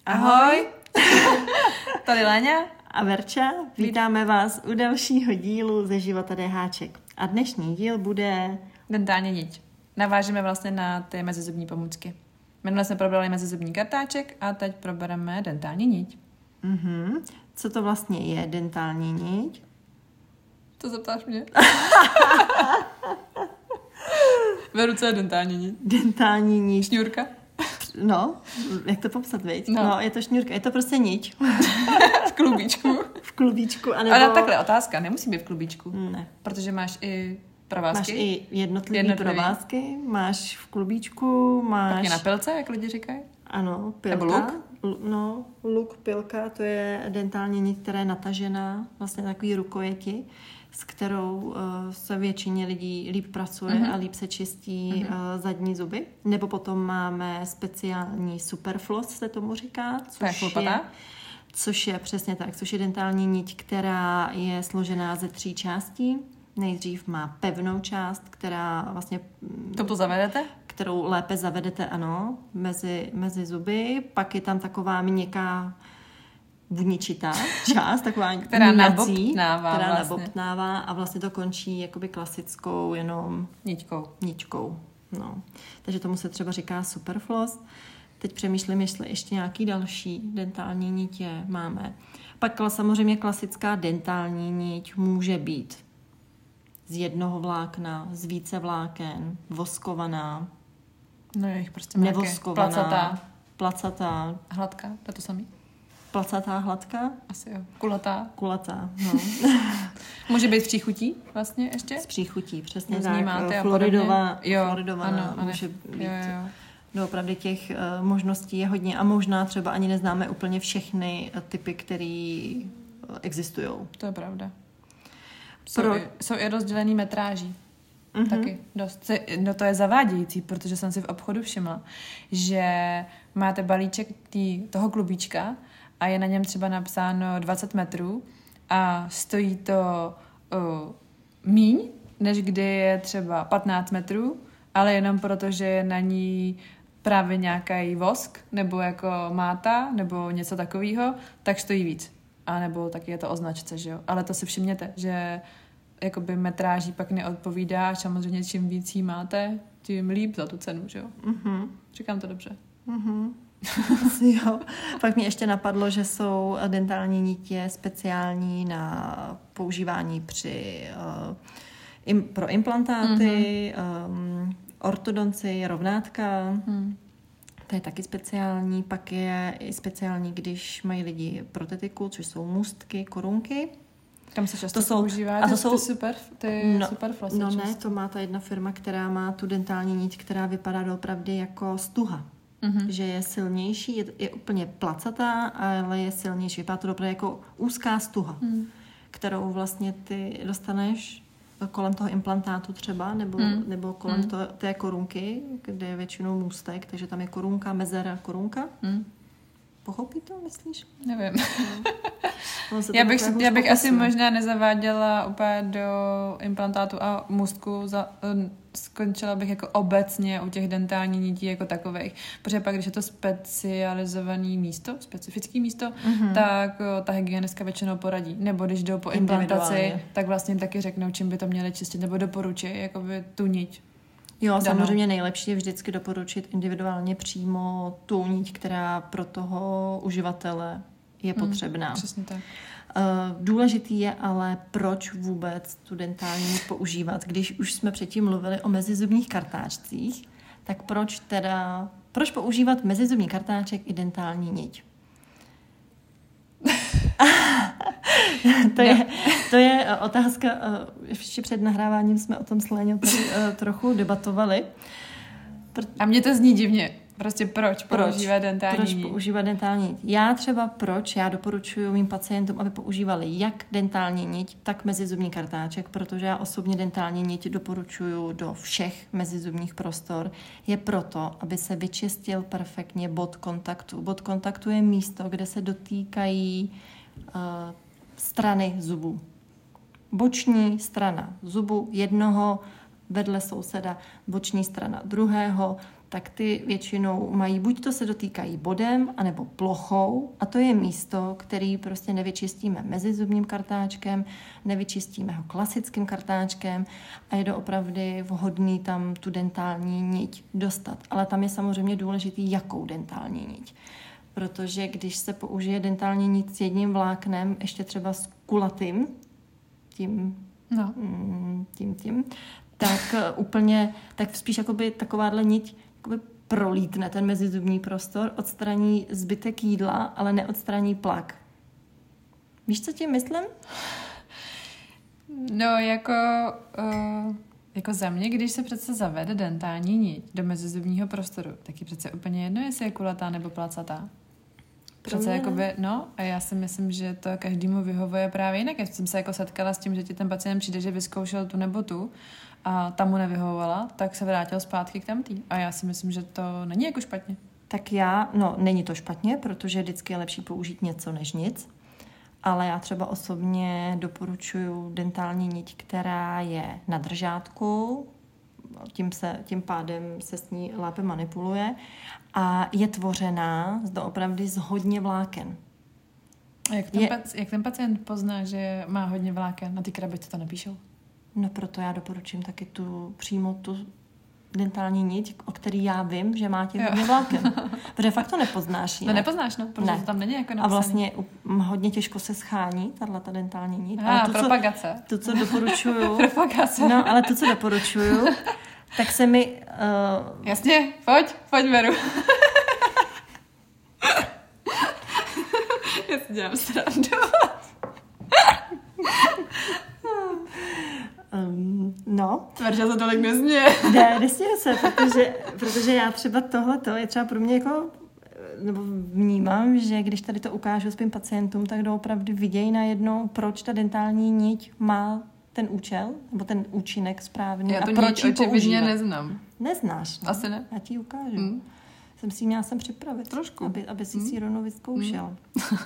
Ahoj! Tady Léňa a Verča. Vítáme vás u dalšího dílu ze života DHček. A dnešní díl bude... Dentální niť. Navážeme vlastně na ty mezizubní pomůcky. Minule jsme probrali mezizubní kartáček a teď probereme dentální niť. Co to vlastně je dentální niť? To zeptáš mě? Ve ruce je dentální niť. Dentální niť. Šňůrka? No, jak to popsat, viď? No, je to šňůrka, je to prostě niť. V klubíčku. V klubíčku, anebo... Ale takhle otázka, nemusí být v klubíčku. Ne. Protože máš i provázky. Máš i jednotlivý provázky, máš v klubíčku, máš... Taky na pilce, jak lidi říkají? Ano, pilka. Nebo luk? No, luk, pilka, to je dentální niť, která je natažená, vlastně takový rukojeti, s kterou se většině lidí líp pracuje a líp se čistí zadní zuby. Nebo potom máme speciální superfloss, se tomu říká, což je přesně tak, což je dentální niť, která je složená ze 3 částí. Nejdřív má pevnou část, která vlastně... To zavedete? Kterou lépe zavedete, ano, mezi zuby. Pak je tam taková měkká vuničitá část, taková která nabobtnává a vlastně to končí jakoby klasickou jenom ničkou. No. Takže tomu se třeba říká superfloss. Teď přemýšlím, jestli ještě nějaký další dentální nitě máme. Pak samozřejmě klasická dentální niť může být z jednoho vlákna, z více vláken, voskovaná, no je jich prostě nevoskovaná, placatá. Hladká, to je to samý? Placatá, hladká? Asi jo. Kulatá, no. Může být s příchutí vlastně ještě? S příchutí, přesně tak. Floridová, ano, může být. Jo. No, opravdu těch možností je hodně a možná třeba ani neznáme úplně všechny typy, které existují. To je pravda. Jsou i rozdělený metráží. Taky dost. No to je zavádějící, protože jsem si v obchodu všimla, že máte balíček toho klubíčka a je na něm třeba napsáno 20 metrů a stojí to míň, než kdy je třeba 15 metrů, ale jenom proto, že je na ní právě nějaký vosk nebo jako máta nebo něco takového, tak stojí víc. A nebo taky je to o značce, že jo. Ale to si všimněte, že jakoby metráží pak neodpovídá. Samozřejmě čím víc jí máte, tím líp za tu cenu, že jo. Říkám to dobře. Asi jo. Pak mě ještě napadlo, že jsou dentální nitě speciální na používání pro implantáty, ortodonci, rovnátka. To je taky speciální. Pak je i speciální, když mají lidi protetiku, což jsou můstky, korunky. Tam se často používá. A to jsou superfloss. No ne, to má ta jedna firma, která má tu dentální niť, která vypadá doopravdy jako stuha. Že je silnější, je úplně placatá, ale je silnější. Vypadá to opravdu jako úzká stuha, kterou vlastně ty dostaneš kolem toho implantátu třeba, nebo kolem té korunky, kde je většinou můstek, takže tam je korunka, mezera, korunka. Pochopí to, myslíš? Nevím. Já bych asi možná nezaváděla úplně do implantátu a můstku. Skončila bych jako obecně u těch dentální nití jako takových. Protože pak, když je to specifické místo, tak ta hygienistka většinou poradí. Nebo když jdou po implantaci, tak vlastně taky řeknou, čím by to měli čistit, nebo doporučí jakoby tu niť. Jo, samozřejmě nejlepší je vždycky doporučit individuálně přímo tu niť, která pro toho uživatele je potřebná. Přesně tak. Důležitý je ale, proč vůbec tu dentální niť používat. Když už jsme předtím mluvili o mezizubních kartáčcích, tak proč používat mezizubní kartáček i dentální niť? To je otázka, ještě před nahráváním jsme o tom s Léňou trochu debatovali. A mně to zní divně. Prostě proč používat dentální niť? Já doporučuji mým pacientům, aby používali jak dentální niť, tak mezizubní kartáček, protože já osobně dentální niť doporučuji do všech mezizubních prostor. Je proto, aby se vyčistil perfektně bod kontaktu. Bod kontaktu je místo, kde se dotýkají strany zubů. Boční strana zubu jednoho vedle souseda, boční strana druhého, tak ty většinou mají, buď to se dotýkají bodem, anebo plochou, a to je místo, který prostě nevyčistíme mezizubním kartáčkem, nevyčistíme ho klasickým kartáčkem a je doopravdy vhodný tam tu dentální niť dostat. Ale tam je samozřejmě důležitý, jakou dentální niť. Protože když se použije dentální niť s jedním vláknem, ještě třeba s kulatým, tím, tak úplně, tak spíš jakoby takováhle niť jakoby prolítne ten mezizubní prostor, odstraní zbytek jídla, ale neodstraní plak. Víš, co tím myslím? No, jako za mě, když se přece zavede dentální niť do mezizubního prostoru, tak je přece úplně jedno, jestli je kulatá nebo placatá. Přece jakoby, no, a já si myslím, že to každému vyhovuje právě jinak. Já jsem se jako setkala s tím, že ti ten pacient přijde, že vyzkoušel tu nebo tu a ta mu nevyhovovala, tak se vrátil zpátky k tamtý. A já si myslím, že to není jako špatně. Tak není to špatně, protože vždycky je lepší použít něco než nic. Ale já třeba osobně doporučuji dentální niť, která je na držátku, tím pádem se s ní lépe manipuluje a je tvořená doopravdy z hodně vláken. A jak ten pacient pozná, že má hodně vláken? Na ty krabičce to napíšou? No proto já doporučím taky přímo tu dentální niť, o který já vím, že má těch hodně vláken. Protože fakt to nepoznáš. No nepoznáš, protože to tam není jako napsaný. A vlastně hodně těžko se schání ta dentální niť. Propagace. To, co doporučuju. Propagace. No, ale to, co doporučuju, tak se mi... Jasně, pojď Veru. Já si dělám srandu. No. Tvrže se tolik nezměje. Nesměju se, protože já třeba tohleto je třeba pro mě jako, nebo vnímám, že když tady to ukážu svým pacientům, tak doopravdy vidějí najednou, proč ta dentální niť má ten účel, nebo ten účinek správný. Já to proč ji očividně neznám. Neznáš? No? Asi ne. Já ti ukážu. Jsem si měla připravit. Trošku. Aby si rovnou vyzkoušel.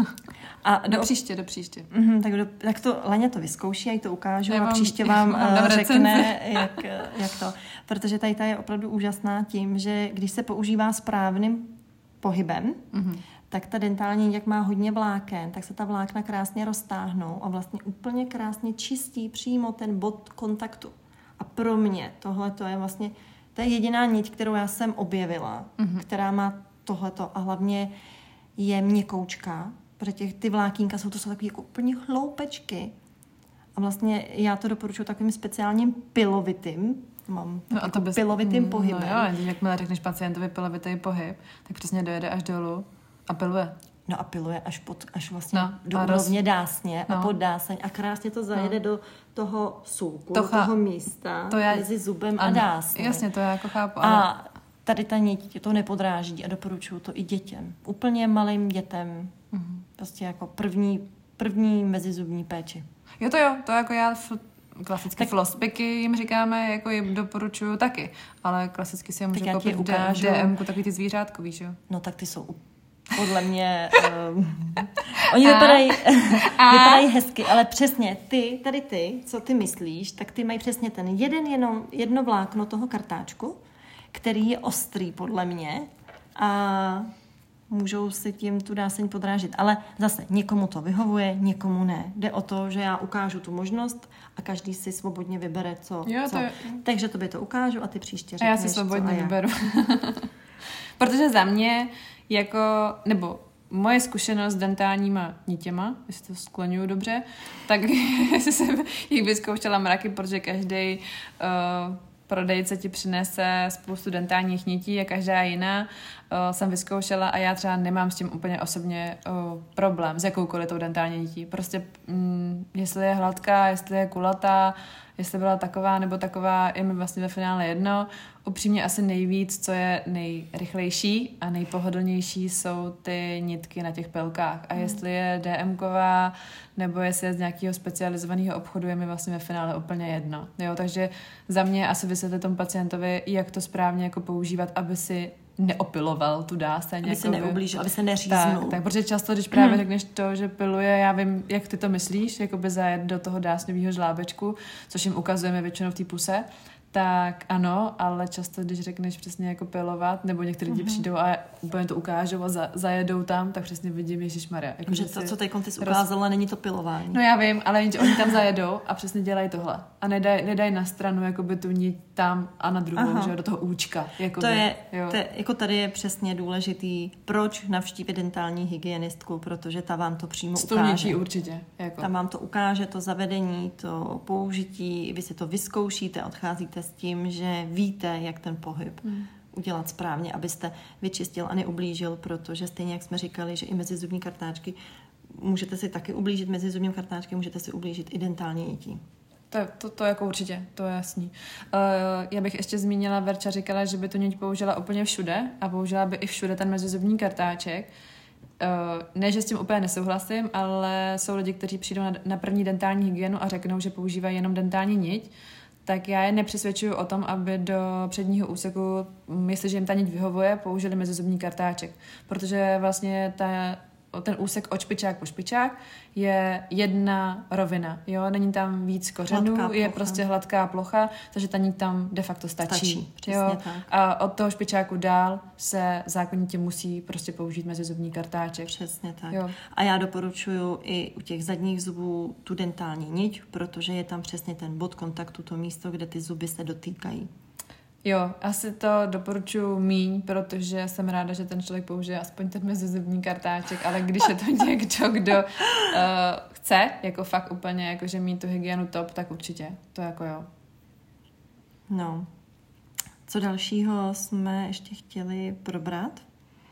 A do příště. Tak to Leně to vyzkouší, já jí to ukážu a příště vám řekne, jak to. Protože tady ta je opravdu úžasná tím, že když se používá správným pohybem, tak ta dentální, jak má hodně vláken, tak se ta vlákna krásně roztáhnou a vlastně úplně krásně čistí přímo ten bod kontaktu. A pro mě tohle to je vlastně, to je jediná niť, kterou já jsem objevila, která má tohleto a hlavně je měkoučka, protože ty vlákínka jsou takový jako úplně hloupečky. A vlastně já to doporučuji takovým speciálním pilovitým, pilovitým pohybem. No jo, jakmile řekneš pacientovi pilovitý pohyb, tak přesně dojede až dolů a piluje. No a piluje až vlastně do úrovně dásně a pod dáseň a krásně to zajede do toho sulku, do toho místa mezi zubem a dásní. Jasně, to já jako chápu. A tady ta niť to nepodráždí a doporučuju to i dětem. Úplně malým dětem. Prostě jako první mezizubní péči. Jo, to jako já klasicky flospiky jim říkáme, jako jim doporučuju taky, ale klasicky si je můžu koupit v DMku, takový ty zvířátko, víš jo? No tak ty jsou podle mě... Oni vypadají hezky, ale přesně ty, co ty myslíš, tak ty mají přesně ten jedno vlákno toho kartáčku, který je ostrý podle mě a můžou si tím tu dáseň podrážit. Ale zase někomu to vyhovuje, někomu ne. Jde o to, že já ukážu tu možnost a každý si svobodně vybere, co. Takže tobě to ukážu a ty příště řekneš, a já si svobodně vyberu. Protože za mě nebo moje zkušenost s dentálníma nitěma, jestli to skloňuju dobře, tak jsem jich vyzkoušela mraky, protože každý prodejce ti přinese spoustu dentálních nití a každá jiná jsem vyzkoušela a já třeba nemám s tím úplně osobně problém s jakoukoliv tou dentální nití. Prostě jestli je hladká, jestli je kulatá, jestli byla taková nebo taková, je mi vlastně ve finále jedno. Upřímně asi nejvíc, co je nejrychlejší a nejpohodlnější, jsou ty nitky na těch pilkách. A jestli je DMková nebo jestli je z nějakého specializovaného obchodu, je mi vlastně ve finále úplně jedno. Jo, takže za mě asi vysvětlit tomu pacientovi, jak to správně jako používat, aby si neopiloval tu dáseň. Aby se neublížil, aby se neříznul. Tak, protože často, když právě řekneš to, že piluje, já vím, jak ty to myslíš, jakoby zajet do toho dásňového žlábečku, což jim ukazujeme většinou v té puse, tak ano, ale často, když řekneš přesně jako pilovat, nebo někteří lidi přijdou a úplně to ukážou a zajedou tam, tak přesně vidím, ježišmarja. Jako, že to, co teď ty jsi ukázala, není to pilování. No já vím, ale oni tam zajedou a přesně dělají tohle. A nedaj na stranu jakoby tu niť tam a na druhou, že do toho účka. Jakoby, to je, jako tady je přesně důležitý, proč navštívit dentální hygienistku, protože ta vám to přímo ukáže. Určitě. Jako. Ta vám to ukáže, to zavedení, to použití, vy si to vyzkoušíte, odcházíte s tím, že víte, jak ten pohyb udělat správně, abyste vyčistil a neublížil, protože stejně jak jsme říkali, že i mezizubní kartáčky můžete si taky ublížit mezizubním kartáčkem, můžete si ublížit i dentální nití. To jako určitě, to je jasný. Já bych ještě zmínila, Verča říkala, že by tu niť použila úplně všude a použila by i všude ten mezizubní kartáček. Ne, že s tím úplně nesouhlasím, ale jsou lidi, kteří přijdou na první dentální hygienu a řeknou, že používají jenom dentální niť, tak já je nepřesvědčuju o tom, aby do předního úseku, jestliže jim ta niť vyhovuje, použili mezizubní kartáček. Protože vlastně ten úsek od špičák po špičák je jedna rovina. Jo? Není tam víc kořenů, je prostě hladká plocha, takže ta niť tam de facto stačí. Jo? Tak. A od toho špičáku dál se zákonitě musí prostě použít mezizubní kartáček. Přesně tak. Jo. A já doporučuji i u těch zadních zubů tu dentální niť, protože je tam přesně ten bod kontaktu, to místo, kde ty zuby se dotýkají. Jo, asi to doporučuji míň, protože jsem ráda, že ten člověk použije aspoň ten mezizubní kartáček, ale když je to někdo, kdo chce, jako fakt úplně, jakože mít tu hygienu top, tak určitě, to jako jo. No, co dalšího jsme ještě chtěli probrat?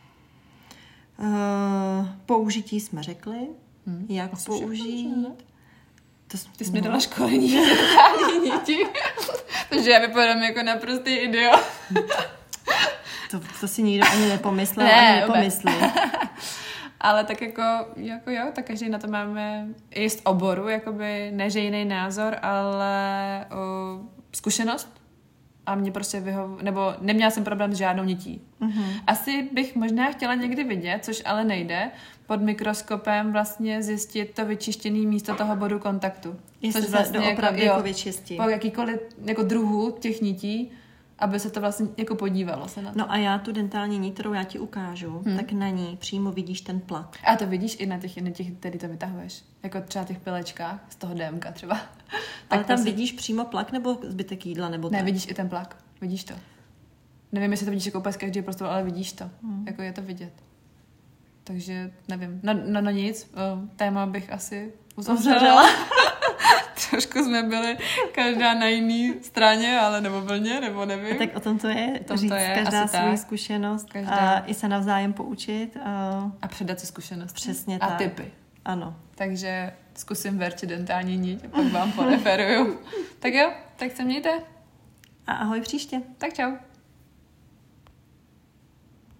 Použití jsme řekli, jak použít. Ty jsi mi dala školení dentální niti. Takže já vypadám jako naprostý idiot. To si nikdo ani nepomyslel, ani nepomyslí. Ale tak jako jo, tak každý na to máme i z oboru, jakoby, ne že jiný názor, ale zkušenost. A mě prostě nebo neměla jsem problém s žádnou nití. Asi bych možná chtěla někdy vidět, což ale nejde, pod mikroskopem vlastně zjistit to vyčištěné místo toho bodu kontaktu. Jestli což se vlastně doopravdy jako vyčistí. Po jakýkoliv jako druhu těch nití, aby se to vlastně jako podívalo se na to. No a já tu dentální nit, kterou já ti ukážu, tak na ní přímo vidíš ten plak. A to vidíš i na těch, který to vytahuješ. Jako třeba těch pilečkách z toho DMka třeba. Ale tam vidíš přímo plak nebo zbytek jídla? Nebo ne, vidíš i ten plak. Vidíš to. Nevím, jestli to vidíš jako úplně z každého prostoru, ale vidíš to. Jako je to vidět. Takže nevím. No nic. Téma bych asi uzavřela. Trošku jsme byli každá na jiný straně, ale nebo vlně, nebo nevím. A tak o tom to je. Říct každá svou zkušenost. A i se navzájem poučit. A předat si zkušenost. Přesně a tak. tipy. Ano. Takže zkusím Verči dentální niť a pak vám poreferuju. Tak jo, tak se mějte. A ahoj příště. Tak čau.